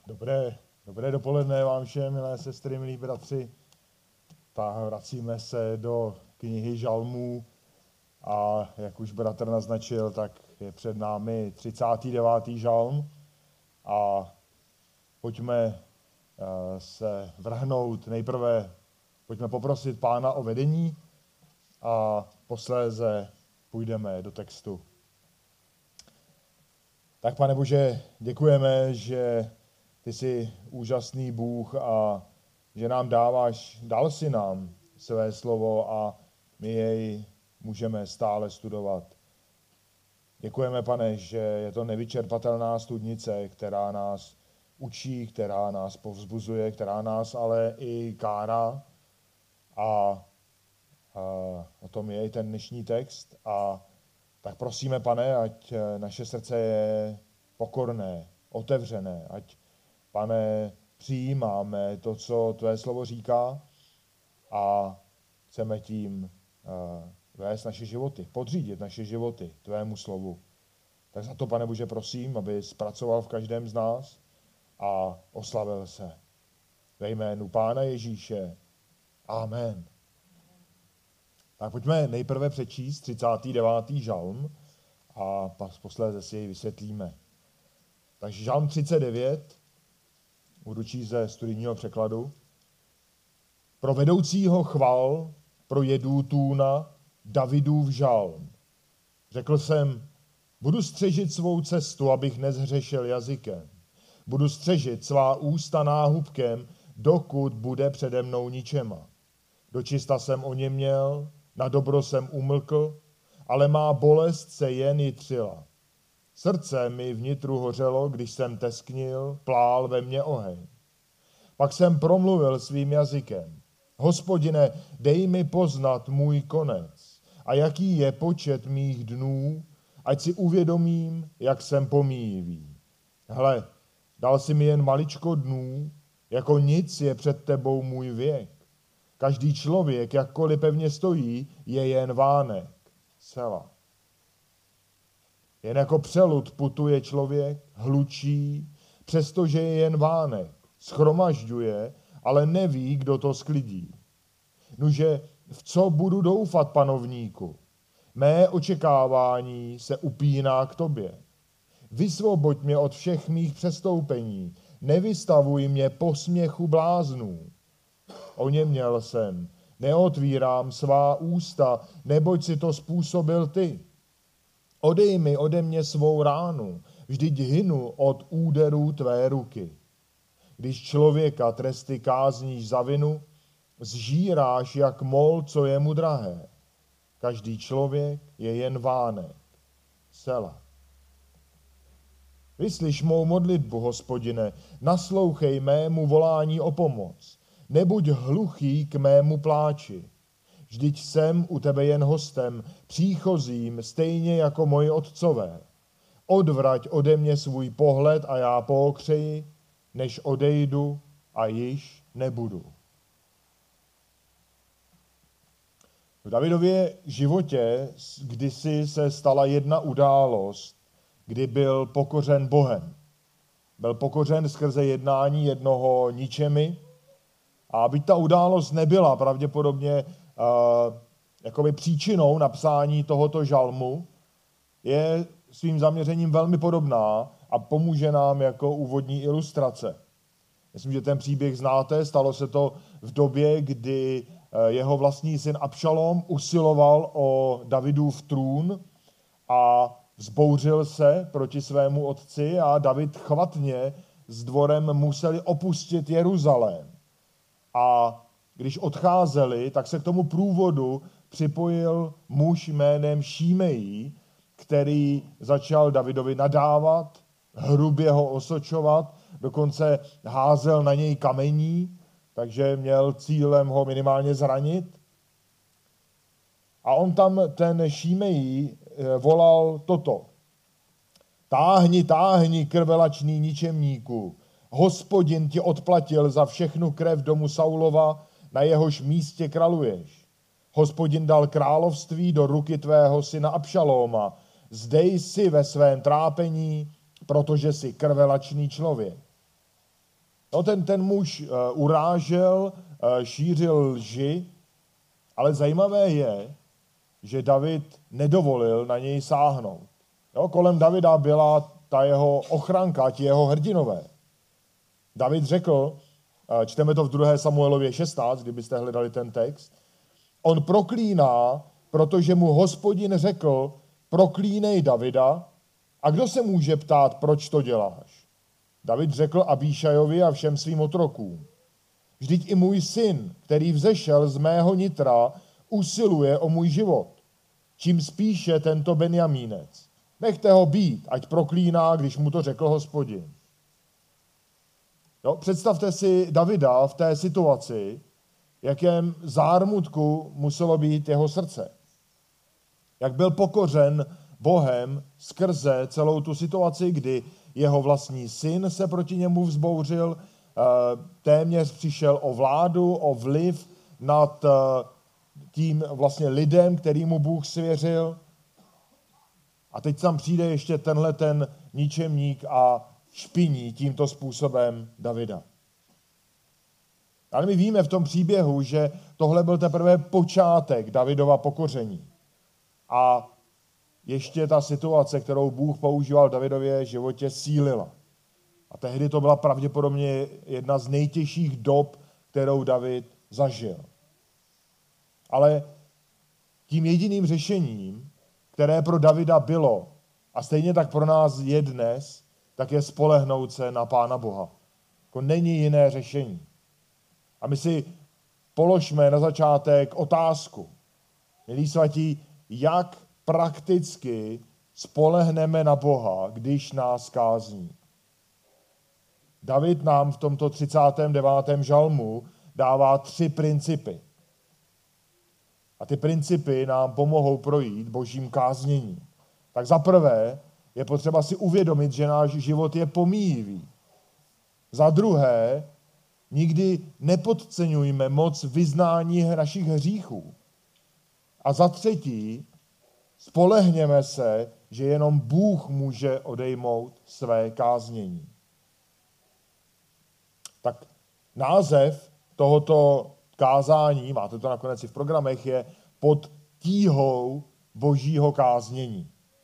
Dobré dopoledne vám všem, milé sestry, milí bratři. Vracíme se do knihy Žalmů a jak už bratr naznačil, tak je před námi 39. žalm a pojďme se vrhnout nejprve, pojďme poprosit Pána o vedení a posléze půjdeme do textu. Tak, Pane Bože, děkujeme, že Ty jsi úžasný Bůh a že nám dal si nám své slovo a my jej můžeme stále studovat. Děkujeme, Pane, že je to nevyčerpatelná studnice, která nás učí, která nás povzbuzuje, která nás ale i kárá. A o tom je i ten dnešní text. A tak prosíme, Pane, ať naše srdce je pokorné, otevřené, ať, Pane, přijímáme to, co tvé slovo říká a chceme tím vést naše životy, podřídit naše životy tvému slovu. Tak za to, Pane Bože, prosím, aby zpracoval v každém z nás a oslavil se. Ve jménu Pána Ježíše. Amen. Tak pojďme nejprve přečíst 39. žalm a posléze si jej vysvětlíme. Takže žalm 39, budu číst ze studijního překladu. Pro vedoucího chval, pro Jedútúna, Davidův žalm. Řekl jsem, budu střežit svou cestu, abych nezhřešil jazykem. Budu střežit svá ústa náhubkem, dokud bude přede mnou ničema. Dočista jsem o něm měl, na dobro jsem umlkl, ale má bolest se jen jitřila. Srdce mi vnitru hořelo, když jsem tesknil, plál ve mně oheň. Pak jsem promluvil svým jazykem. Hospodine, dej mi poznat můj konec a jaký je počet mých dnů, ať si uvědomím, jak jsem pomíjivý. Hle, dal si mi jen maličko dnů, jako nic je před tebou můj věk. Každý člověk, jakkoliv pevně stojí, je jen vánek. Sela. Jen jako přelud putuje člověk, hlučí, přestože je jen vánek. Shromažďuje, ale neví, kdo to sklidí. Nuže, v co budu doufat, panovníku? Mé očekávání se upíná k tobě. Vysvoboď mě od všech mých přestoupení, nevystavuj mě posměchu bláznů. Oněměl jsem, neotvírám svá ústa, neboť si to způsobil ty. Odej mi ode mě svou ránu, vždyť hynu od úderů tvé ruky. Když člověka tresty kázníš za vinu, zžíráš jak mol, co je mu drahé. Každý člověk je jen vánek. Sela. Vyslyš mou modlitbu, Hospodine, naslouchej mému volání o pomoc. Nebuď hluchý k mému pláči. Vždyť jsem u tebe jen hostem, příchozím, stejně jako moji otcové. Odvrať ode mě svůj pohled a já pookřeji, než odejdu a již nebudu. V Davidově životě kdysi se stala jedna událost, kdy byl pokořen Bohem. Byl pokořen skrze jednání jednoho ničemi a byť ta událost nebyla pravděpodobně jakoby příčinou napsání tohoto žalmu, je svým zaměřením velmi podobná a pomůže nám jako úvodní ilustrace. Myslím, že ten příběh znáte, stalo se to v době, kdy jeho vlastní syn Abšalom usiloval o Davidův trůn a vzbouřil se proti svému otci a David chvatně s dvorem museli opustit Jeruzalém. A když odcházeli, tak se k tomu průvodu připojil muž jménem Šímejí, který začal Davidovi nadávat, hrubě ho osočovat, dokonce házel na něj kamení, takže měl cílem ho minimálně zranit. A on tam, ten Šímejí, volal toto. Táhni, táhni, krvelačný ničemníku. Hospodin ti odplatil za všechnu krev domu Saulova, na jehož místě králuješ. Hospodin dal království do ruky tvého syna Abšalóma. Zdej si ve svém trápení, protože jsi krvelačný člověk. No, ten muž urážel, šířil lži, ale zajímavé je, že David nedovolil na něj sáhnout. Jo, kolem Davida byla ta jeho ochranka, ti jeho hrdinové. David řekl, čteme to v 2. Samuelově 16, kdybyste hledali ten text, on proklíná, protože mu Hospodin řekl, proklínej Davida, a kdo se může ptát, proč to děláš? David řekl Abíšajovi a všem svým otrokům, vždyť i můj syn, který vzešel z mého nitra, usiluje o můj život. Čím spíše tento Benjamínec. Nechte ho být, ať proklíná, když mu to řekl Hospodin. Jo, představte si Davida v té situaci, jakém zármutku muselo být jeho srdce. Jak byl pokořen Bohem skrze celou tu situaci, kdy jeho vlastní syn se proti němu vzbouřil, téměř přišel o vládu, o vliv nad tím vlastně lidem, který mu Bůh svěřil. A teď tam přijde ještě tenhle ten ničemník a špiní tímto způsobem Davida. Ale my víme v tom příběhu, že tohle byl teprve počátek Davidova pokoření. A ještě ta situace, kterou Bůh používal v Davidově životě, sílila. A tehdy to byla pravděpodobně jedna z nejtěžších dob, kterou David zažil. Ale tím jediným řešením, které pro Davida bylo, a stejně tak pro nás je dnes, tak je spolehnout se na Pána Boha. Jako není jiné řešení. A my si položme na začátek otázku. Milí svatí, jak prakticky spolehneme na Boha, když nás kázní. David nám v tomto 39. žalmu dává 3 principy. A ty principy nám pomohou projít božím kázněním. Tak za prvé je potřeba si uvědomit, že náš život je pomíjivý. Za druhé, nikdy nepodceňujme moc vyznání našich hříchů. A za třetí, spolehněme se, že jenom Bůh může odejmout své káznění. Tak název tohoto kázání, máte to nakonec i v programech, je Pod tíhou božího káznění.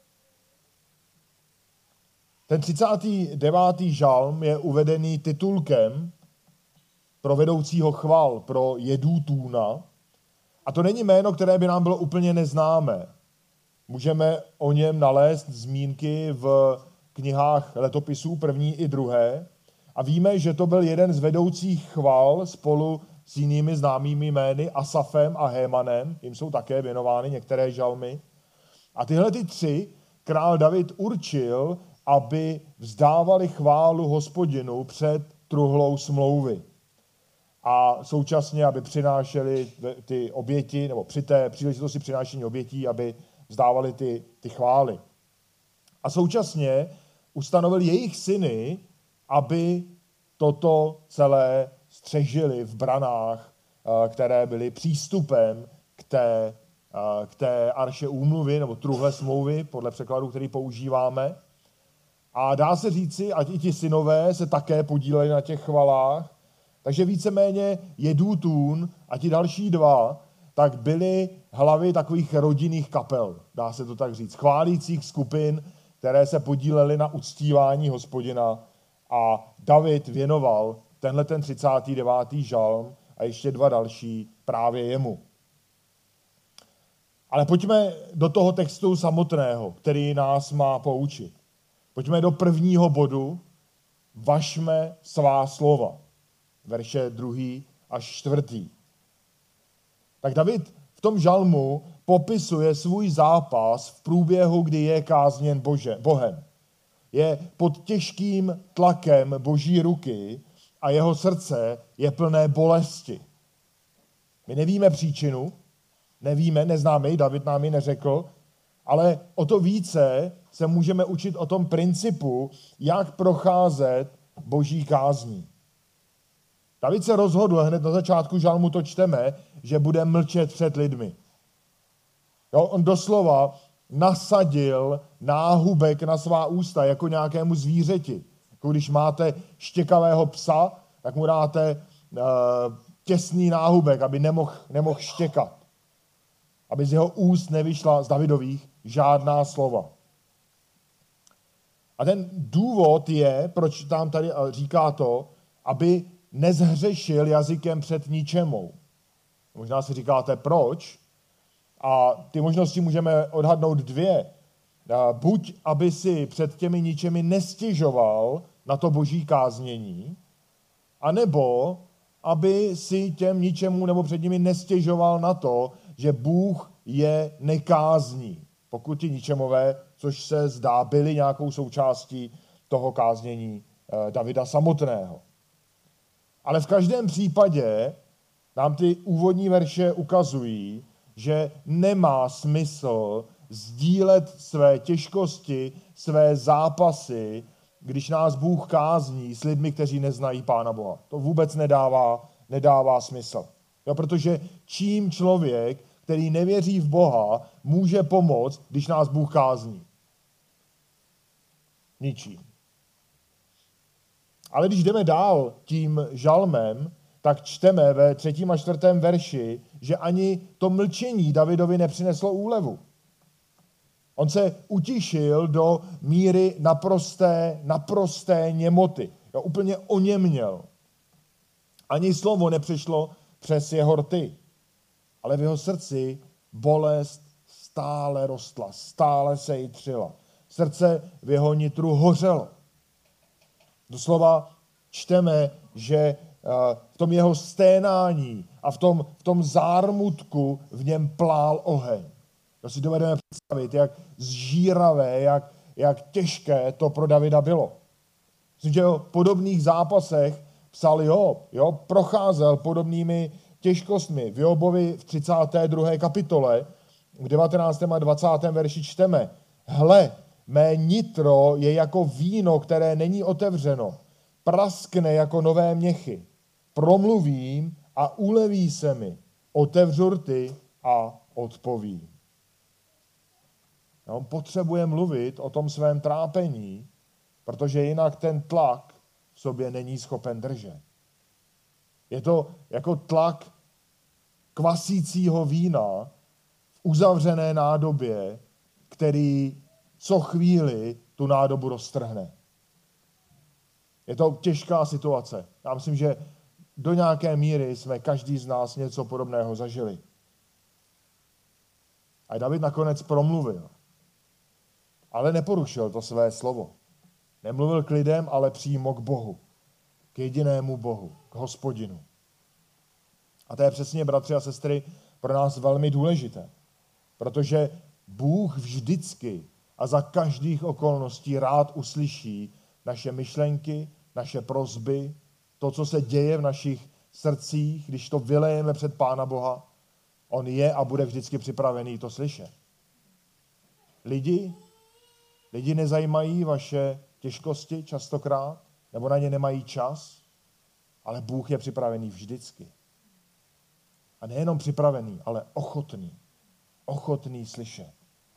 Ten 39. žalm je uvedený titulkem pro vedoucího chval, pro Jedútúna. A to není jméno, které by nám bylo úplně neznámé. Můžeme o něm nalézt zmínky v knihách letopisů první i druhé. A víme, že to byl jeden z vedoucích chval spolu s jinými známými jmény Asafem a Hémanem. Jim jsou také věnovány některé žalmy. A tyhle 3 král David určil, aby vzdávali chválu Hospodinu před truhlou smlouvy. A současně, aby přinášeli ty oběti, nebo při té příležitosti přinášení obětí, aby vzdávali ty chvály. A současně ustanovil jejich syny, aby toto celé střežili v branách, které byly přístupem k té arše úmluvy, nebo truhle smlouvy, podle překladu, který používáme. A dá se říci, ať i ti synové se také podíleli na těch chvalách, takže víceméně Jedútún a ti další 2, tak byly hlavy takových rodinných kapel, dá se to tak říct, chválících skupin, které se podílely na uctívání Hospodina, a David věnoval tenhle ten 39. žalm a ještě 2 další právě jemu. Ale pojďme do toho textu samotného, který nás má poučit. Pojďme do prvního bodu, važme svá slova. Verše 2. až 4. Tak David v tom žalmu popisuje svůj zápas v průběhu, kdy je kázněn Bohem. Je pod těžkým tlakem boží ruky a jeho srdce je plné bolesti. My nevíme příčinu, neznáme ji, David nám ji neřekl, ale o to více se můžeme učit o tom principu, jak procházet boží kázní. David se rozhodl, hned na začátku žalmu to čteme, že bude mlčet před lidmi. Jo, on doslova nasadil náhubek na svá ústa jako nějakému zvířeti. Jako když máte štěkavého psa, tak mu dáte těsný náhubek, aby nemohl štěkat. Aby z jeho úst nevyšla z Davidových žádná slova. A ten důvod je, proč tam tady říká to, aby nezhřešil jazykem před ničemou. Možná si říkáte, proč? A ty možnosti můžeme odhadnout dvě. Buď, aby si před těmi ničemi nestěžoval na to boží káznění, anebo aby si těm ničemu nebo před nimi nestěžoval na to, že Bůh je nekázní. Pokud ti ničemové, což se zdá, byli nějakou součástí toho káznění Davida samotného. Ale v každém případě nám ty úvodní verše ukazují, že nemá smysl sdílet své těžkosti, své zápasy, když nás Bůh kázní s lidmi, kteří neznají Pána Boha. To vůbec nedává smysl. Jo, protože čím člověk, který nevěří v Boha, může pomoct, když nás Bůh kázní? Ničím. Ale když jdeme dál tím žalmem, tak čteme ve 3. a 4. verši, že ani to mlčení Davidovi nepřineslo úlevu. On se utišil do míry naprosté němoty. Jo, úplně oněměl. Ani slovo nepřešlo přes jeho rty. Ale v jeho srdci bolest stále rostla, stále se jitřila. Srdce v jeho nitru hořelo. Doslova čteme, že v tom jeho sténání a v tom zármutku v něm plál oheň. To si dovedeme představit, jak zžíravé, jak těžké to pro Davida bylo. Myslím, že o podobných zápasech psal Job. Job procházel podobnými těžkostmi. V Jobovi v 32. kapitole v 19. a 20. verši čteme: Hle, mé nitro je jako víno, které není otevřeno. Praskne jako nové měchy. Promluvím a uleví se mi. Otevřu rty a odpovím. On potřebuje mluvit o tom svém trápení, protože jinak ten tlak v sobě není schopen držet. Je to jako tlak kvasícího vína v uzavřené nádobě, který co chvíli tu nádobu roztrhne. Je to těžká situace. Já myslím, že do nějaké míry jsme každý z nás něco podobného zažili. A David nakonec promluvil. Ale neporušil to své slovo. Nemluvil k lidem, ale přímo k Bohu. K jedinému Bohu, k Hospodinu. A to je přesně, bratři a sestry, pro nás velmi důležité. Protože Bůh vždycky a za každých okolností rád uslyší naše myšlenky, naše prosby, to, co se děje v našich srdcích, když to vylejeme před Pána Boha. On je a bude vždycky připravený to slyšet. Lidi nezajímají vaše těžkosti častokrát, nebo na ně nemají čas, ale Bůh je připravený vždycky. A nejenom připravený, ale ochotný slyšet.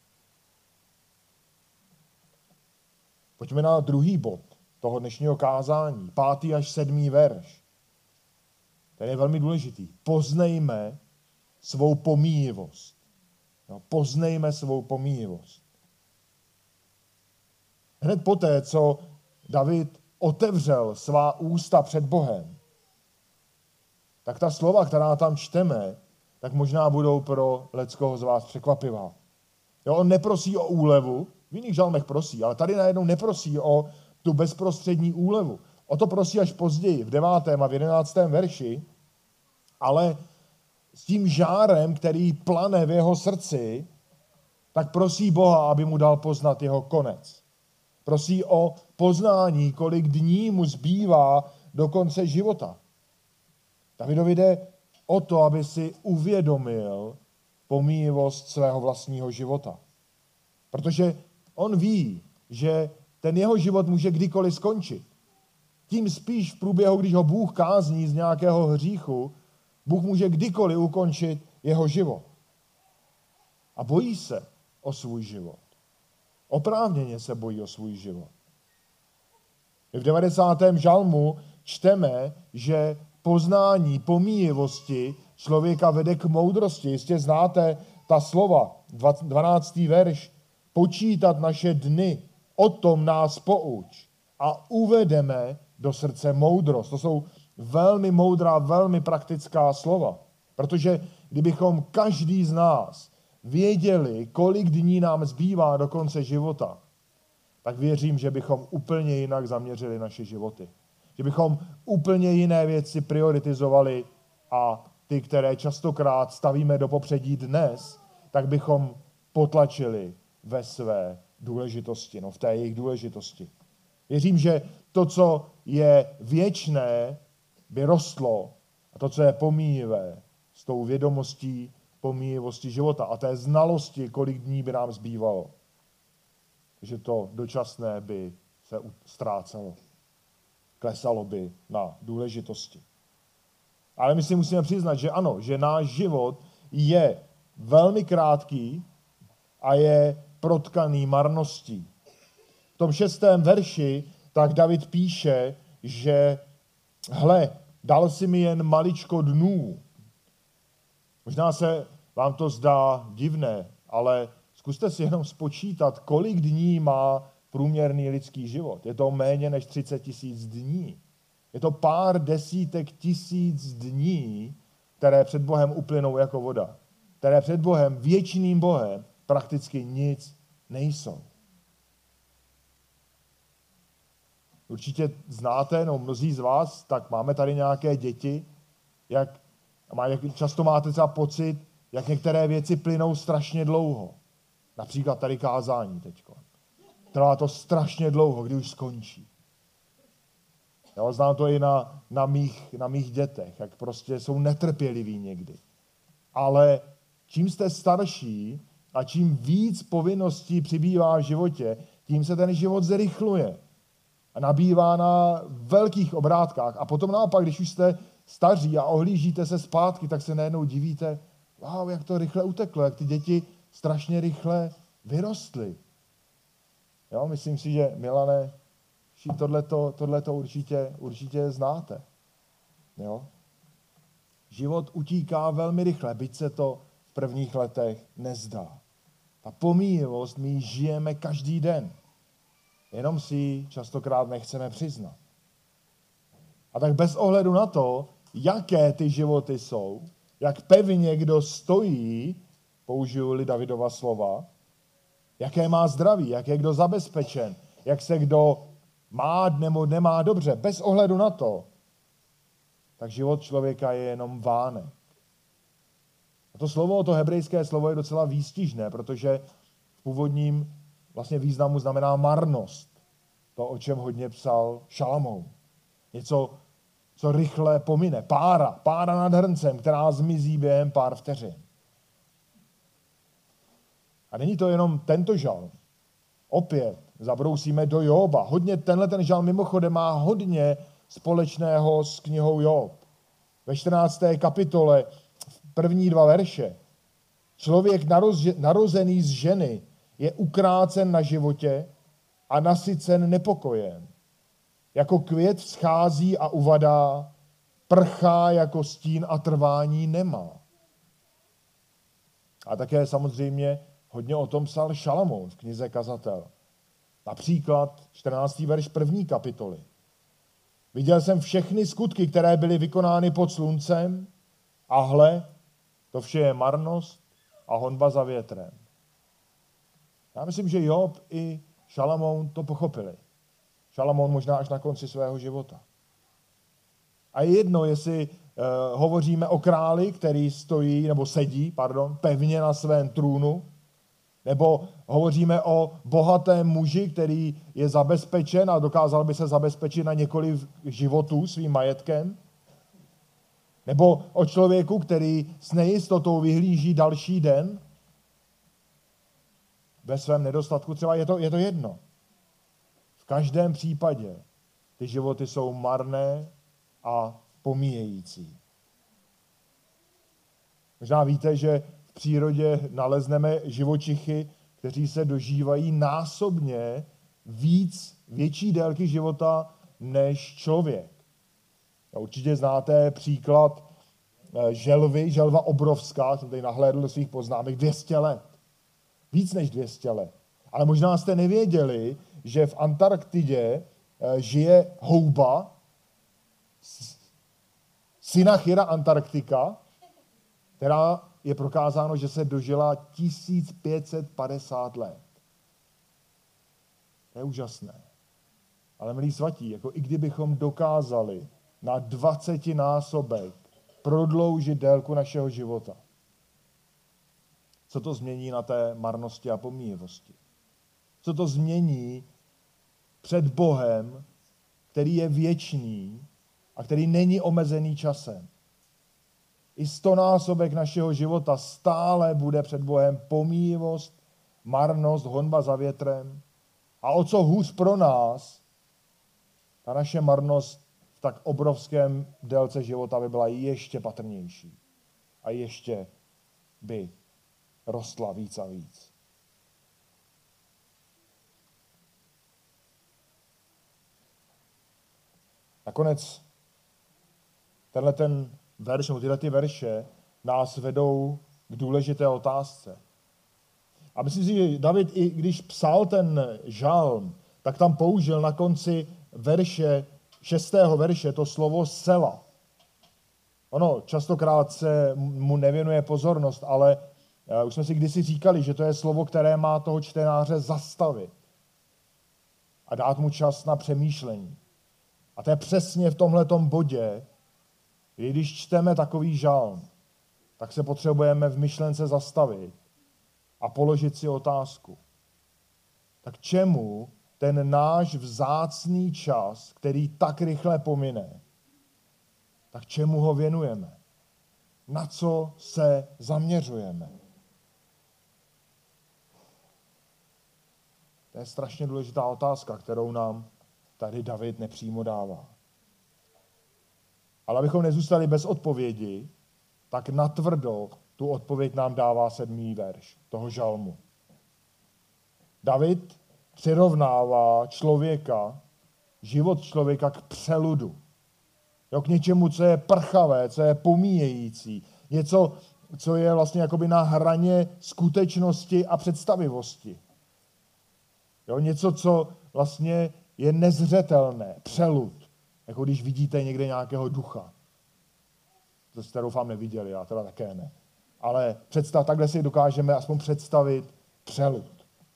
Pojďme na druhý bod toho dnešního kázání, 5. až 7. verš. Ten je velmi důležitý. Poznejme svou pomíjivost. No, poznejme svou pomíjivost. Hned poté, co David otevřel svá ústa před Bohem, tak ta slova, která tam čteme, tak možná budou pro leckoho z vás překvapivá. Jo, on neprosí o úlevu, v jiných žalmech prosí, ale tady najednou neprosí o tu bezprostřední úlevu. O to prosí až později, v 9. a v 11. verši, ale s tím žárem, který plane v jeho srdci, tak prosí Boha, aby mu dal poznat jeho konec. Prosí o poznání, kolik dní mu zbývá do konce života. Davidovi jde o to, aby si uvědomil pomíjivost svého vlastního života. Protože on ví, že ten jeho život může kdykoliv skončit. Tím spíš v průběhu, když ho Bůh kázní z nějakého hříchu, Bůh může kdykoliv ukončit jeho život. A bojí se o svůj život. Oprávněně se bojí o svůj život. My v 90. žalmu čteme, že poznání pomíjivosti člověka vede k moudrosti. Jistě znáte ta slova, 12. verš. Počítat naše dny, o tom nás pouč a uvedeme do srdce moudrost. To jsou velmi moudrá, velmi praktická slova. Protože kdybychom každý z nás věděli, kolik dní nám zbývá do konce života, tak věřím, že bychom úplně jinak zaměřili naše životy. Že bychom úplně jiné věci prioritizovali a ty, které častokrát stavíme do popředí dnes, tak bychom potlačili ve své důležitosti, v té jejich důležitosti. Věřím, že to, co je věčné, by rostlo a to, co je pomíjivé, s tou vědomostí pomíjivosti života a té znalosti, kolik dní by nám zbývalo. Že to dočasné by se ztrácelo. Klesalo by na důležitosti. Ale my si musíme přiznat, že ano, že náš život je velmi krátký a je protkaný marností. V tom 6. verši tak David píše, že hle, dal si mi jen maličko dnů. Možná se vám to zdá divné, ale zkuste si jenom spočítat, kolik dní má průměrný lidský život. Je to méně než 30 000 dní. Je to pár desítek tisíc dní, které před Bohem uplynou jako voda. Které před Bohem, věčným Bohem, prakticky nic nejsou. Určitě znáte, mnozí z vás, tak máme tady nějaké děti, jak často máte třeba pocit, jak některé věci plynou strašně dlouho. Například tady kázání teďko. Trvá to strašně dlouho, kdy už skončí. Já znám to i na mých dětech, jak prostě jsou netrpěliví někdy. Ale čím jste starší a čím víc povinností přibývá v životě, tím se ten život zrychluje. A nabývá na velkých obrátkách. A potom naopak, když už jste staří a ohlížíte se zpátky, tak se najednou divíte, wow, jak to rychle uteklo, jak ty děti strašně rychle vyrostly. Jo, myslím si, že Milane, tohleto určitě znáte. Jo? Život utíká velmi rychle, byť se to v prvních letech nezdá. Ta pomíjivost my žijeme každý den. Jenom si ji častokrát nechceme přiznat. A tak bez ohledu na to, jaké ty životy jsou, jak pevně kdo stojí, použiju-li Davidova slova, jaké má zdraví, jak je kdo zabezpečen, jak se kdo má nebo nemá dobře, bez ohledu na to, tak život člověka je jenom vánek. A to hebrejské slovo je docela výstižné, protože v původním vlastně významu znamená marnost. To, o čem hodně psal Šalamoun. Něco, co rychle pomine. Pára nad hrncem, která zmizí během pár vteřin. A není to jenom tento žalm. Opět zabrousíme do Joba. Tenhle žalm mimochodem má hodně společného s knihou Job. Ve 14. kapitole, první 2 verše. Člověk narozený z ženy je ukrácen na životě a nasycen nepokojem. Jako květ vzchází a uvadá, prchá jako stín a trvání nemá. A také samozřejmě hodně o tom psal Šalamoun v knize Kazatel. Například 14. verš 1. kapitoly. Viděl jsem všechny skutky, které byly vykonány pod sluncem a hle, to vše je marnost a honba za větrem. Já myslím, že Job i Šalamoun to pochopili. Šalamoun možná až na konci svého života. A je jedno, jestli hovoříme o králi, který sedí pevně na svém trůnu, nebo hovoříme o bohatém muži, který je zabezpečen a dokázal by se zabezpečit na několik životů svým majetkem, nebo o člověku, který s nejistotou vyhlíží další den, ve svém nedostatku třeba je to jedno. V každém případě ty životy jsou marné a pomíjející. Možná víte, že v přírodě nalezneme živočichy, kteří se dožívají násobně větší délky života než člověk. A určitě znáte příklad želvy, želva obrovská, jsem tady nahlédl do svých poznámek, 200 let. Víc než 200 let. Ale možná jste nevěděli, že v Antarktidě žije houba, Synachira antarctica, která je prokázáno, že se dožila 1550 let. To je úžasné. Ale milí svatí, jako i kdybychom dokázali na 20násobek prodloužit délku našeho života, co to změní na té marnosti a pomíjivosti? Co to změní před Bohem, který je věčný a který není omezený časem? I 100násobek našeho života stále bude před Bohem pomíjivost, marnost, honba za větrem. A o co hůř pro nás, ta naše marnost v tak obrovském délce života by byla ještě patrnější. A ještě by rostla víc a víc. Nakonec tenhle ten verš, tyhle ty verše nás vedou k důležité otázce. A myslím si, že David, i když psal ten žalm, tak tam použil na konci verše, 6. verše, to slovo sela. Ono častokrát se mu nevěnuje pozornost, ale už jsme si kdysi říkali, že to je slovo, které má toho čtenáře zastavit a dát mu čas na přemýšlení. A to je přesně v tomhletom bodě, když čteme takový žalm, tak se potřebujeme v myšlence zastavit a položit si otázku. Tak čemu ten náš vzácný čas, který tak rychle pomine, tak čemu ho věnujeme? Na co se zaměřujeme? To je strašně důležitá otázka, kterou nám tady David nepřímo dává. Ale abychom nezůstali bez odpovědi, tak natvrdo tu odpověď nám dává 7. verš toho žalmu. David přirovnává člověka, život člověka k přeludu. Jo, k něčemu, co je prchavé, co je pomíjející. Něco, co je vlastně jakoby na hraně skutečnosti a představivosti. Jo, něco, co vlastně je nezřetelné, přelud. Jako když vidíte někde nějakého ducha. To jste doufám neviděli, já teda také ne. Ale takhle si dokážeme aspoň představit přelud.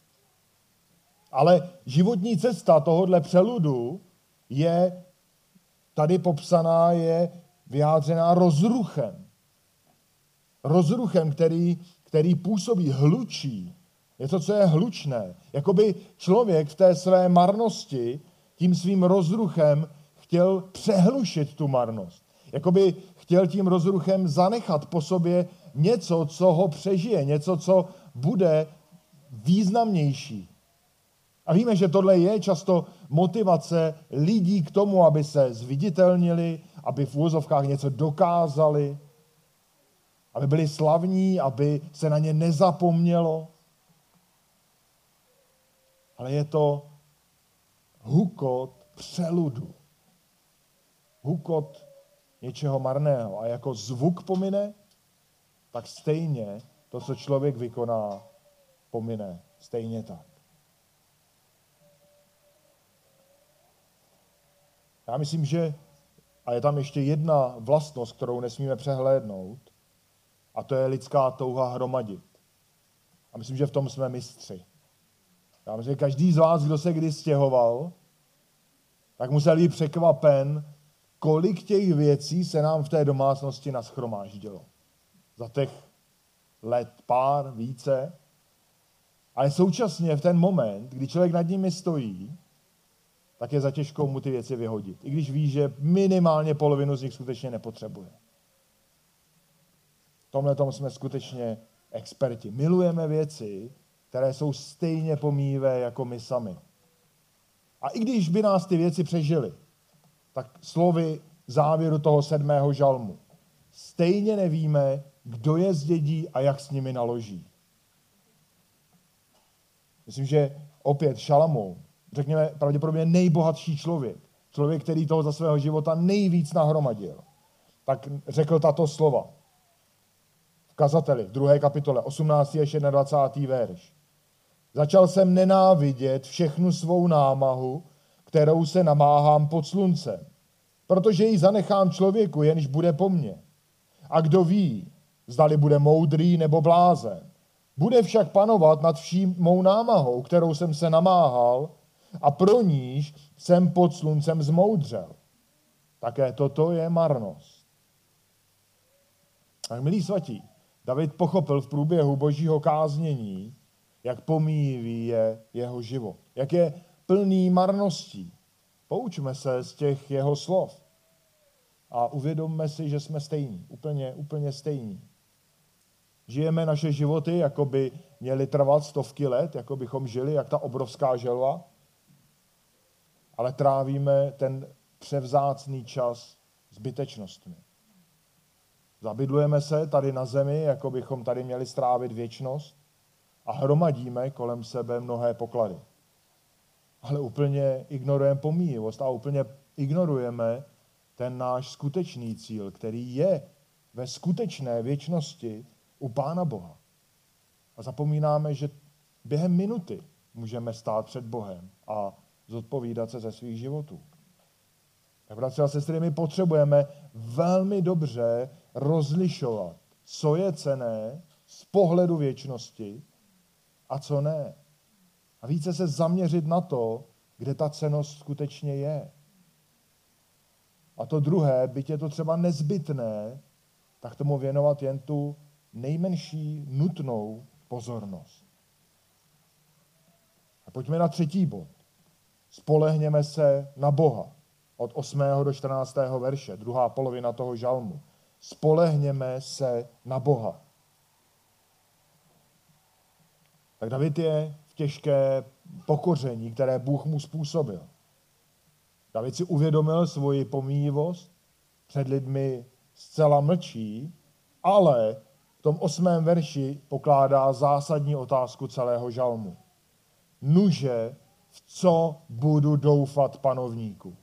Ale životní cesta tohohle přeludu je tady popsaná, je vyjádřená rozruchem. Rozruchem, který působí, hlučí. Něco, co je hlučné. Jakoby člověk v té své marnosti tím svým rozruchem chtěl přehlušit tu marnost. Jakoby chtěl tím rozruchem zanechat po sobě něco, co ho přežije, něco, co bude významnější. A víme, že tohle je často motivace lidí k tomu, aby se zviditelnili, aby v úvozovkách něco dokázali, aby byli slavní, aby se na ně nezapomnělo. Ale je to hukot přeludu. Hukot něčeho marného. A jako zvuk pomine, tak stejně to, co člověk vykoná, pomine. Stejně tak. Já myslím, že, a je tam ještě jedna vlastnost, kterou nesmíme přehlédnout, a to je lidská touha hromadit. A myslím, že v tom jsme mistři. Já myslím, že každý z vás, kdo se kdy stěhoval, tak musel být překvapen, kolik těch věcí se nám v té domácnosti nashromáždilo. Za těch let pár, více. Ale současně v ten moment, kdy člověk nad nimi stojí, tak je za těžkou mu ty věci vyhodit. I když ví, že minimálně polovinu z nich skutečně nepotřebuje. V tomhle tom jsme skutečně experti. Milujeme věci, které jsou stejně pomíjivé jako my sami. A i když by nás ty věci přežily, tak slovy závěru toho 7. žalmu. Stejně nevíme, kdo je zdědí a jak s nimi naloží. Myslím, že opět Šalamoun, řekněme pravděpodobně nejbohatší člověk, člověk, který toho za svého života nejvíc nahromadil, tak řekl tato slova v kazateli, v 2. kapitole, 18. až 21. verš. Začal jsem nenávidět všechnu svou námahu, kterou se namáhám pod sluncem, protože ji zanechám člověku, jenž bude po mně. A kdo ví, zdali bude moudrý nebo blázen. Bude však panovat nad vší mou námahou, kterou jsem se namáhal, a pro níž jsem pod sluncem zmoudřel. Také toto je marnost. Tak milí svatí, David pochopil v průběhu božího káznění, jak pomíjivý je jeho život, jak je plný marností. Poučme se z těch jeho slov a uvědomme si, že jsme stejní, úplně stejní. Žijeme naše životy, jako by měly trvat stovky let, jako bychom žili, jak ta obrovská želva, ale trávíme ten převzácný čas zbytečnostmi. Zabydlujeme se tady na zemi, jako bychom tady měli strávit věčnost a hromadíme kolem sebe mnohé poklady. Ale úplně ignorujeme pomíjivost a úplně ignorujeme ten náš skutečný cíl, který je ve skutečné věčnosti u Pána Boha. A zapomínáme, že během minuty můžeme stát před Bohem a zodpovídat se ze svých životů. Tak bratři a sestry, my potřebujeme velmi dobře rozlišovat, co je cenné z pohledu věčnosti a co ne. A více se zaměřit na to, kde ta cennost skutečně je. A to druhé, byť je to třeba nezbytné, tak tomu věnovat jen tu nejmenší nutnou pozornost. A pojďme na 3. bod. Spolehněme se na Boha. Od 8. do 14. verše, druhá polovina toho žalmu. Spolehněme se na Boha. Tak David je v těžké pokoření, které Bůh mu způsobil. David si uvědomil svoji pomíjivost, před lidmi zcela mlčí, ale v tom 8. verši pokládá zásadní otázku celého žalmu. Nuže, v co budu doufat panovníku?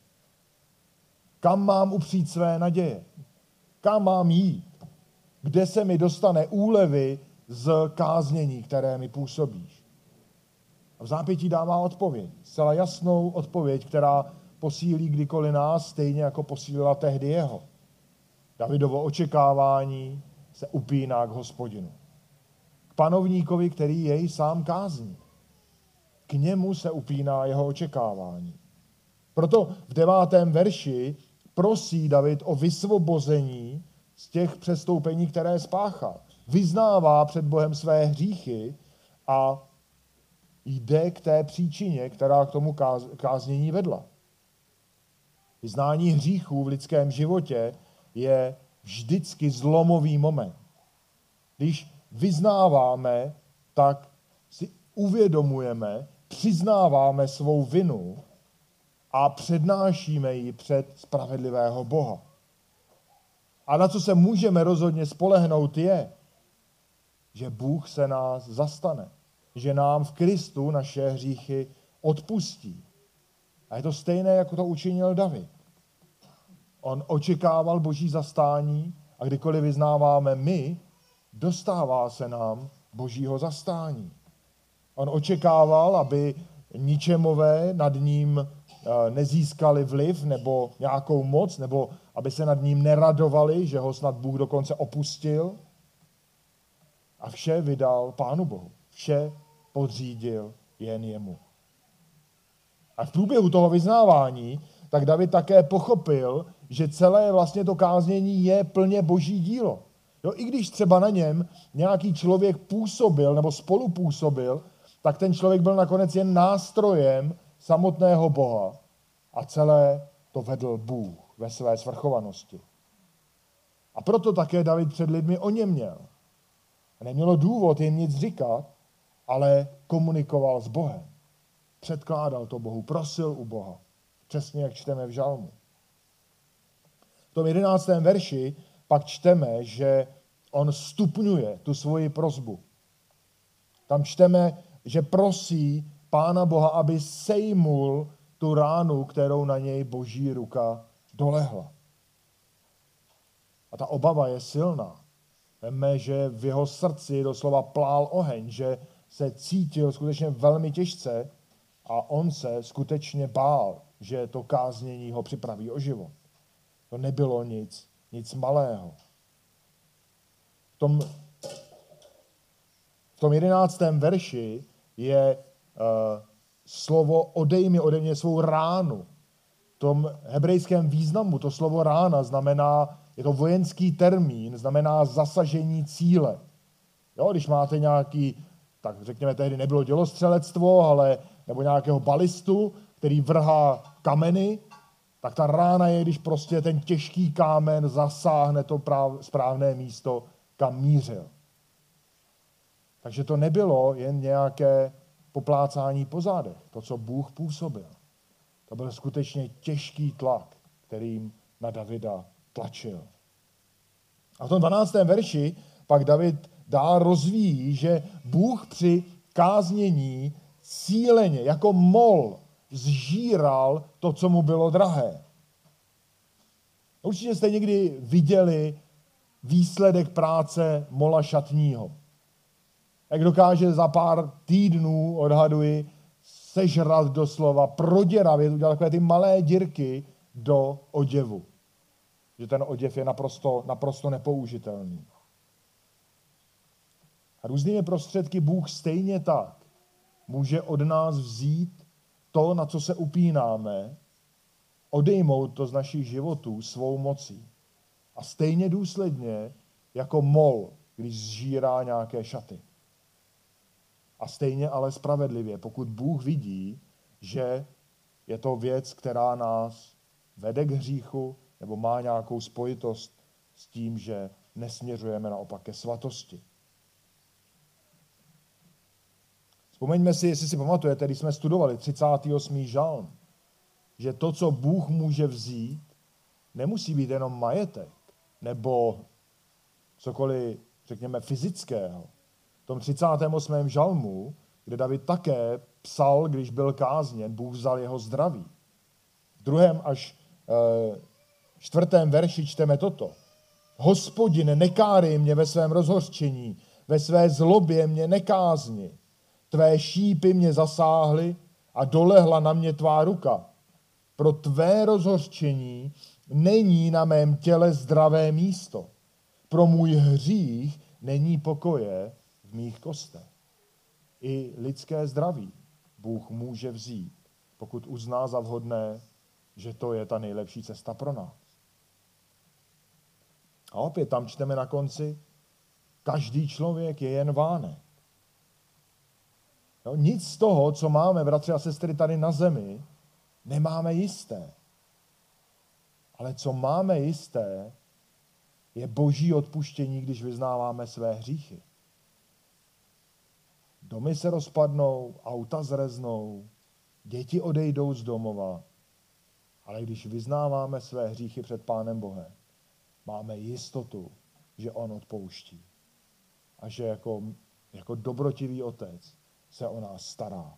Kam mám upřít své naděje? Kam mám jít? Kde se mi dostane úlevy z káznění, které mi působíš? A v zápětí dává odpověď. Zcela jasnou odpověď, která posílí kdykoliv nás, stejně jako posílila tehdy jeho. Davidovo očekávání se upíná k Hospodinu. K panovníkovi, který jej sám kázní. K němu se upíná jeho očekávání. Proto v 9. verši prosí David o vysvobození z těch přestoupení, které spáchal. Vyznává před Bohem své hříchy a jde k té příčině, která k tomu káznění vedla. Vyznání hříchů v lidském životě je vždycky zlomový moment. Když vyznáváme, tak si uvědomujeme, přiznáváme svou vinu a přednášíme ji před spravedlivého Boha. A na co se můžeme rozhodně spolehnout je, že Bůh se nás zastane, že nám v Kristu naše hříchy odpustí. A je to stejné, jako to učinil David. On očekával Boží zastání a kdykoliv vyznáváme my, dostává se nám Božího zastání. On očekával, aby ničemové nad ním nezískali vliv nebo nějakou moc, nebo aby se nad ním neradovali, že ho snad Bůh dokonce opustil. A vše vydal Pánu Bohu. Vše podřídil jen jemu. A v průběhu toho vyznávání tak David také pochopil, že celé vlastně to káznění je plně Boží dílo. Jo, i když třeba na něm nějaký člověk působil nebo spolupůsobil, tak ten člověk byl nakonec jen nástrojem samotného Boha a celé to vedl Bůh ve své svrchovanosti. A proto také David před lidmi oněměl. Nemělo důvod jim nic říkat, ale komunikoval s Bohem. Předkládal to Bohu, prosil u Boha. Přesně jak čteme v žalmu. V tom 11. verši pak čteme, že on stupňuje tu svoji prosbu. Tam čteme, že prosí Pána Boha, aby sejmul tu ránu, kterou na něj Boží ruka dolehla. A ta obava je silná. Víme, že v jeho srdci doslova plál oheň, že se cítil skutečně velmi těžce a on se skutečně bál, že to káznění ho připraví o život. To nebylo nic malého. V tom 11. verši je slovo odej ode mě svou ránu. V tom hebrejském významu to slovo rána znamená, je to vojenský termín, znamená zasažení cíle. Jo, když máte nějaký, tak řekněme, tehdy nebylo dělostřelectvo, nebo nějakého balistu, který vrhá kameny, tak ta rána je, když prostě ten těžký kámen zasáhne to správné místo, kam mířil. Takže to nebylo jen nějaké poplácání po zádech, to, co Bůh působil. To byl skutečně těžký tlak, kterým na Davida tlačil. A v tom 12. verši pak David dál rozvíjí, že Bůh při káznění cíleně, jako mol, zžíral to, co mu bylo drahé. Určitě jste někdy viděli výsledek práce mola šatního. Jak dokáže za pár týdnů, odhaduji, sežrat doslova, proděravě, udělat takové ty malé dírky do oděvu. Že ten oděv je naprosto nepoužitelný. A různými prostředky Bůh stejně tak může od nás vzít to, na co se upínáme, odejmout to z našich životů svou mocí. A stejně důsledně jako mol, když zžírá nějaké šaty. A stejně ale spravedlivě, pokud Bůh vidí, že je to věc, která nás vede k hříchu, nebo má nějakou spojitost s tím, že nesměřujeme naopak ke svatosti. Vzpomeňme si, jestli si pamatujete, když jsme studovali 38. žalm, že to, co Bůh může vzít, nemusí být jenom majetek, nebo cokoliv, řekněme, fyzického. V tom 38. žalmu, kde David také psal, když byl kázněn, Bůh vzal jeho zdraví. V 2. až 4. verši čteme toto. Hospodine, nekárej mě ve svém rozhořčení, ve své zlobě mě nekázni. Tvé šípy mě zasáhly a dolehla na mě tvá ruka. Pro tvé rozhořčení není na mém těle zdravé místo. Pro můj hřích není pokoje v mých kostech. I lidské zdraví Bůh může vzít, pokud uzná za vhodné, že to je ta nejlepší cesta pro nás. A opět tam čteme na konci, každý člověk je jen vánek. Jo, nic z toho, co máme, bratři a sestry, tady na zemi, nemáme jisté. Ale co máme jisté, je boží odpuštění, když vyznáváme své hříchy. Domy se rozpadnou, auta zreznou, děti odejdou z domova, ale když vyznáváme své hříchy před Pánem Bohem, máme jistotu, že on odpouští a že jako dobrotivý otec se o nás stará.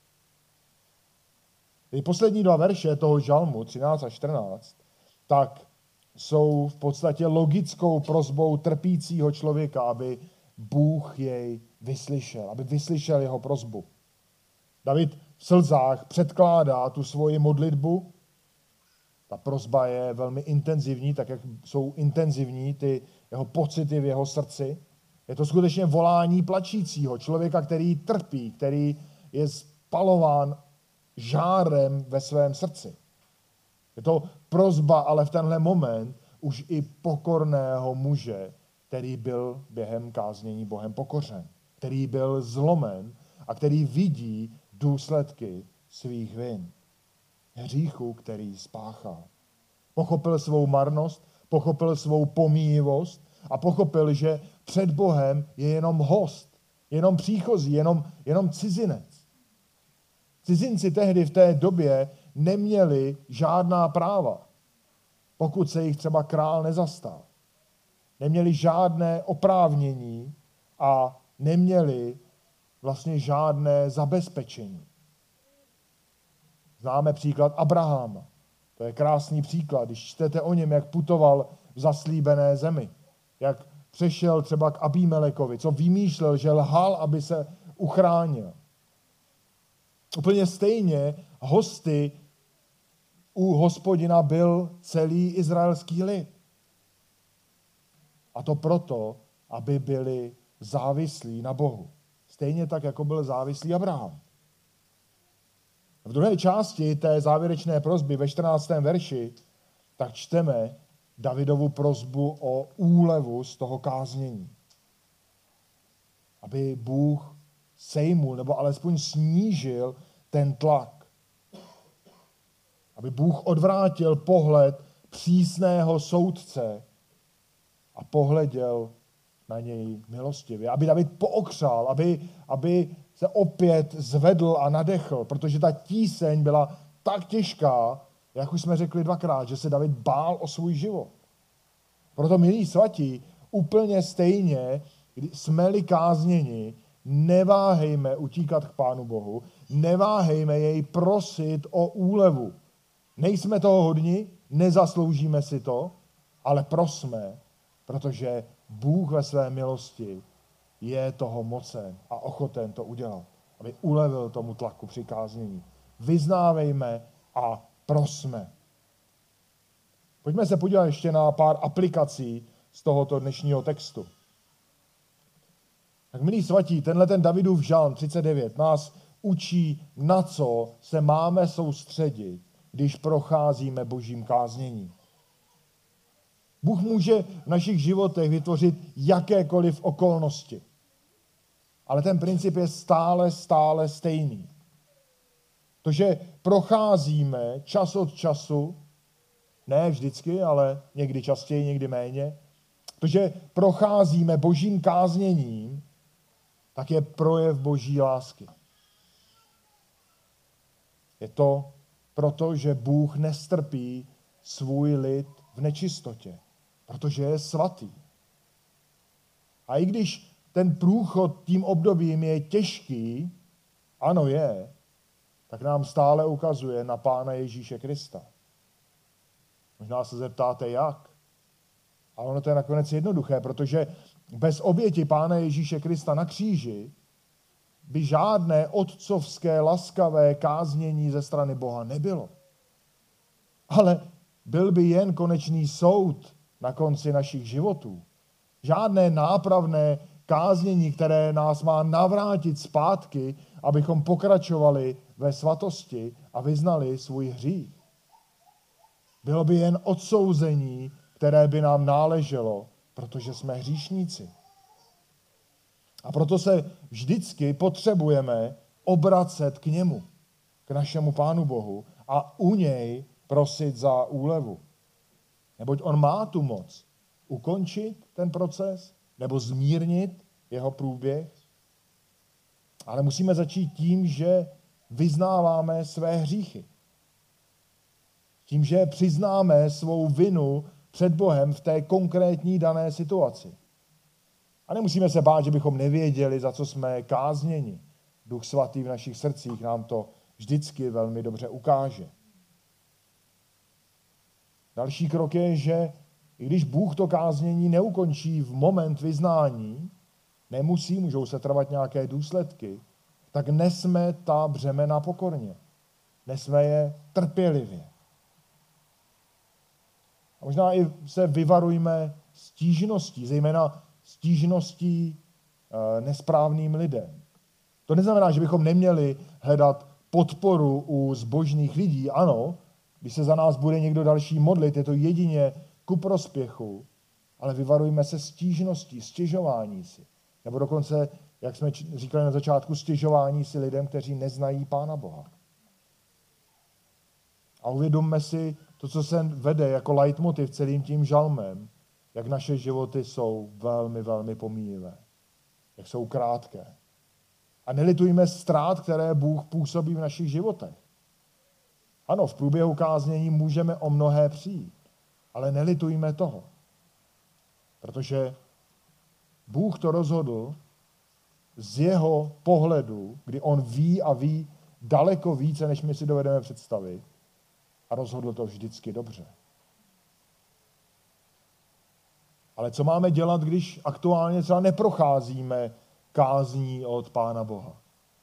Ty poslední 2 verše toho žalmu, 13 a 14, tak jsou v podstatě logickou prosbou trpícího člověka, aby Bůh jej vyslyšel, aby vyslyšel jeho prosbu. David v slzách předkládá tu svoji modlitbu. Ta prosba je velmi intenzivní, tak jak jsou intenzivní ty jeho pocity v jeho srdci. Je to skutečně volání plačícího, člověka, který trpí, který je spalován žárem ve svém srdci. Je to prosba, ale v tenhle moment už i pokorného muže, který byl během káznění Bohem pokořen, který byl zlomen a který vidí důsledky svých vin, hříchu, který spáchal. Pochopil svou marnost, pochopil svou pomíjivost a pochopil, že před Bohem je jenom host, jenom příchozí, jenom cizinec. Cizinci tehdy v té době neměli žádná práva, pokud se jich třeba král nezastal. Neměli žádné oprávnění a neměli vlastně žádné zabezpečení. Známe příklad Abraháma. To je krásný příklad, když čtete o něm, jak putoval v zaslíbené zemi, jak přešel třeba k Abímelekovi, co vymýšlel, že lhal, aby se uchránil. Úplně stejně hosty u Hospodina byl celý izraelský lid. A to proto, aby byli závislí na Bohu. Stejně tak, jako byl závislý Abraham. V druhé části té závěrečné prosby ve 14. verši tak čteme Davidovu prosbu o úlevu z toho káznění. Aby Bůh sejmul nebo alespoň snížil ten tlak. Aby Bůh odvrátil pohled přísného soudce a pohleděl na něj milostivě. Aby David pookřál, aby se opět zvedl a nadechl, protože ta tíseň byla tak těžká, jak už jsme řekli dvakrát, že se David bál o svůj život. Proto, milí svatí, úplně stejně, když jsme-li kázněni, neváhejme utíkat k Pánu Bohu, neváhejme jej prosit o úlevu. Nejsme toho hodni, nezasloužíme si to, ale prosme, protože Bůh ve své milosti je toho mocen a ochoten to udělat, aby ulevil tomu tlaku při káznění. Vyznávejme a prosme. Pojďme se podívat ještě na pár aplikací z tohoto dnešního textu. Tak milí svatí, ten Davidův žalm 39 nás učí, na co se máme soustředit, když procházíme božím kázněním. Bůh může v našich životech vytvořit jakékoliv okolnosti. Ale ten princip je stále stejný. To, že procházíme čas od času, ne vždycky, ale někdy častěji, někdy méně, to, že procházíme božím kázněním, tak je projev boží lásky. Je to proto, že Bůh nestrpí svůj lid v nečistotě, protože je svatý. A i když ten průchod tím obdobím je těžký, ano je, tak nám stále ukazuje na Pána Ježíše Krista. Možná se zeptáte, jak? A ono to je nakonec jednoduché, protože bez oběti Pána Ježíše Krista na kříži by žádné otcovské laskavé káznění ze strany Boha nebylo. Ale byl by jen konečný soud na konci našich životů. Žádné nápravné káznění, které nás má navrátit zpátky, abychom pokračovali ve svatosti a vyznali svůj hřích. Bylo by jen odsouzení, které by nám náleželo, protože jsme hříšníci. A proto se vždycky potřebujeme obracet k němu, k našemu Pánu Bohu a u něj prosit za úlevu. Neboť on má tu moc ukončit ten proces nebo zmírnit jeho průběh. Ale musíme začít tím, že vyznáváme své hříchy. Tím, že přiznáme svou vinu před Bohem v té konkrétní dané situaci. A nemusíme se bát, že bychom nevěděli, za co jsme kázněni. Duch svatý v našich srdcích nám to vždycky velmi dobře ukáže. Další krok je, že i když Bůh to káznění neukončí v moment vyznání, můžou se trvat nějaké důsledky, tak nesme ta břemena pokorně. Nesme je trpělivě. A možná i se vyvarujme stížností, zejména stížností nesprávným lidem. To neznamená, že bychom neměli hledat podporu u zbožných lidí. Ano, když se za nás bude někdo další modlit, je to jedině ku prospěchu, ale vyvarujme se stížností, stěžování si. Nebo dokonce, jak jsme říkali na začátku, stěžování si lidem, kteří neznají Pána Boha. A uvědomme si to, co se vede jako leitmotiv celým tím žalmem, jak naše životy jsou velmi, velmi pomíjivé. Jak jsou krátké. A nelitujme ztrát, které Bůh působí v našich životech. Ano, v průběhu káznění můžeme o mnohé přijít, ale nelitujme toho. Protože Bůh to rozhodl z jeho pohledu, kdy on ví daleko více, než my si dovedeme představit a rozhodl to vždycky dobře. Ale co máme dělat, když aktuálně třeba neprocházíme kázní od Pána Boha?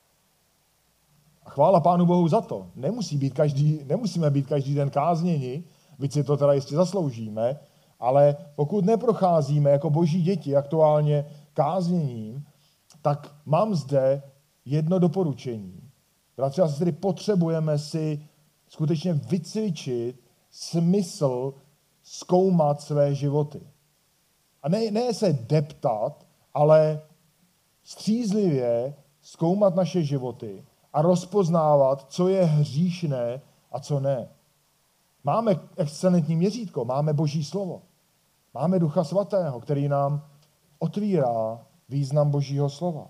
A chvála Pánu Bohu za to. Nemusíme být každý den kázněni, byť si to teda jistě zasloužíme, ale pokud neprocházíme jako boží děti aktuálně kázněním, tak mám zde jedno doporučení. Bratři a sestry, potřebujeme si skutečně vycvičit smysl zkoumat své životy. A ne se deptat, ale střízlivě zkoumat naše životy a rozpoznávat, co je hříšné a co ne. Máme excelentní měřítko, máme Boží slovo. Máme Ducha Svatého, který nám otvírá význam Božího slova.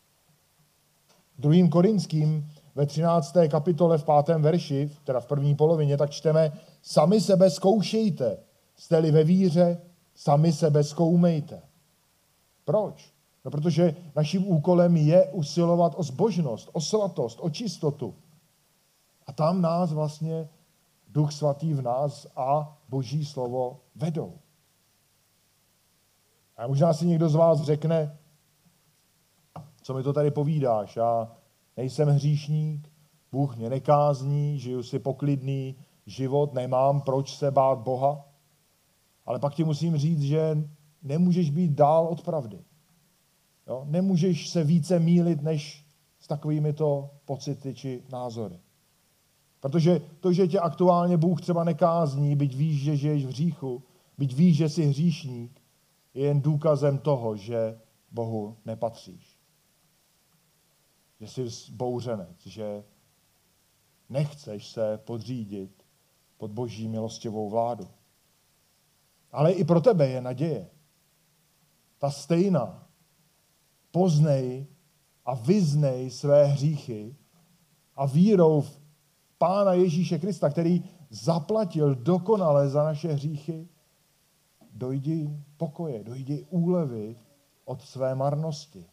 2. Korinským ve 13. kapitole v 5. verši, teda v první polovině, tak čteme: sami sebe zkoušejte, jste-li ve víře, sami sebe zkoumejte. Proč? No, protože naším úkolem je usilovat o zbožnost, o svatost, o čistotu. A tam nás vlastně Duch Svatý v nás a Boží slovo vedou. A možná si někdo z vás řekne, co mi to tady povídáš, já nejsem hříšník, Bůh mě nekázní, žiju si poklidný život, nemám proč se bát Boha. Ale pak ti musím říct, že nemůžeš být dál od pravdy. Jo? Nemůžeš se více mýlit, než s takovýmito pocity či názory. Protože to, že tě aktuálně Bůh třeba nekázní, byť víš, že žiješ v hříchu, byť víš, že jsi hříšník, je jen důkazem toho, že Bohu nepatříš. Že jsi vzbouřenec, že nechceš se podřídit pod Boží milostivou vládu. Ale i pro tebe je naděje. Ta stejná. Poznej a vyznej své hříchy a vírou v Pána Ježíše Krista, který zaplatil dokonale za naše hříchy, dojdi pokoje, dojdi úlevy od své marnosti.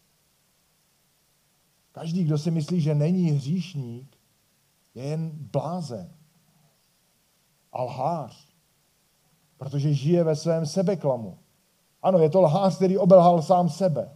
Každý, kdo si myslí, že není hříšník, je jen blázen a lhář, protože žije ve svém sebeklamu. Ano, je to lhář, který obelhal sám sebe.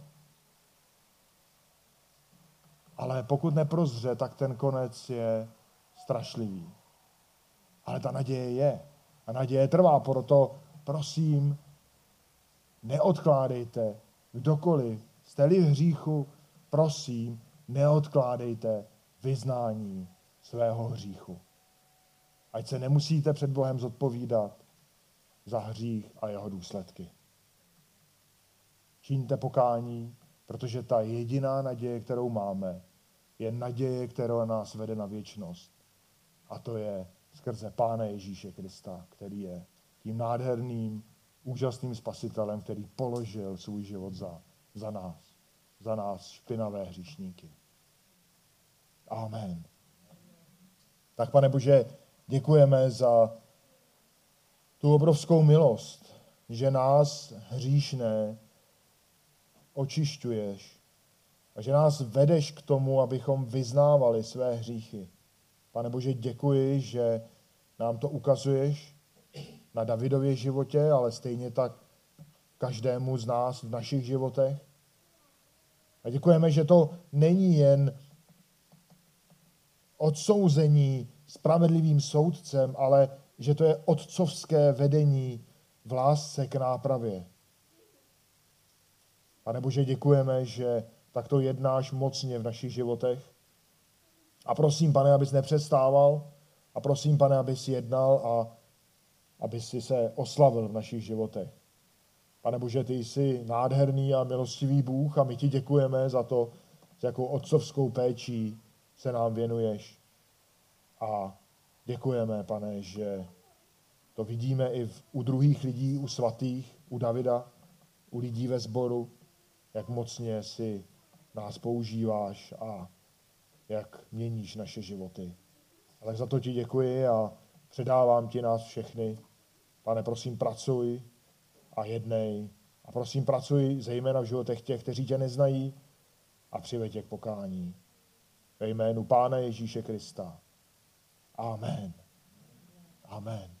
Ale pokud neprozře, tak ten konec je strašlivý. Ale ta naděje je. A naděje trvá, proto prosím, neodkládejte, kdokoliv jste-li v hříchu, prosím, neodkládejte vyznání svého hříchu. Ať se nemusíte před Bohem zodpovídat za hřích a jeho důsledky. Čiňte pokání, protože ta jediná naděje, kterou máme, je naděje, která nás vede na věčnost. A to je skrze Pána Ježíše Krista, který je tím nádherným, úžasným spasitelem, který položil svůj život za nás špinavé hříšníky. Amen. Tak, Pane Bože, děkujeme za tu obrovskou milost, že nás hříšné očišťuješ a že nás vedeš k tomu, abychom vyznávali své hříchy. Pane Bože, děkuji, že nám to ukazuješ na Davidově životě, ale stejně tak každému z nás v našich životech. A děkujeme, že to není jen odsouzení spravedlivým soudcem, ale že to je otcovské vedení v lásce k nápravě. Pane Bože, děkujeme, že takto jednáš mocně v našich životech. A prosím, Pane, abys nepřestával. A prosím, Pane, abys jednal a abys si se oslavil v našich životech. Pane Bože, ty jsi nádherný a milostivý Bůh a my ti děkujeme za to, s jakou otcovskou péčí se nám věnuješ. A děkujeme, Pane, že to vidíme i u druhých lidí, u svatých, u Davida, u lidí ve sboru, jak mocně si nás používáš a jak měníš naše životy. Ale za to ti děkuji a předávám ti nás všechny. Pane, prosím, pracuj a jednej. A prosím, pracuj zejména v životech těch, kteří tě neznají a přiveď je k pokání. Ve jménu Pána Ježíše Krista. Amen. Amen.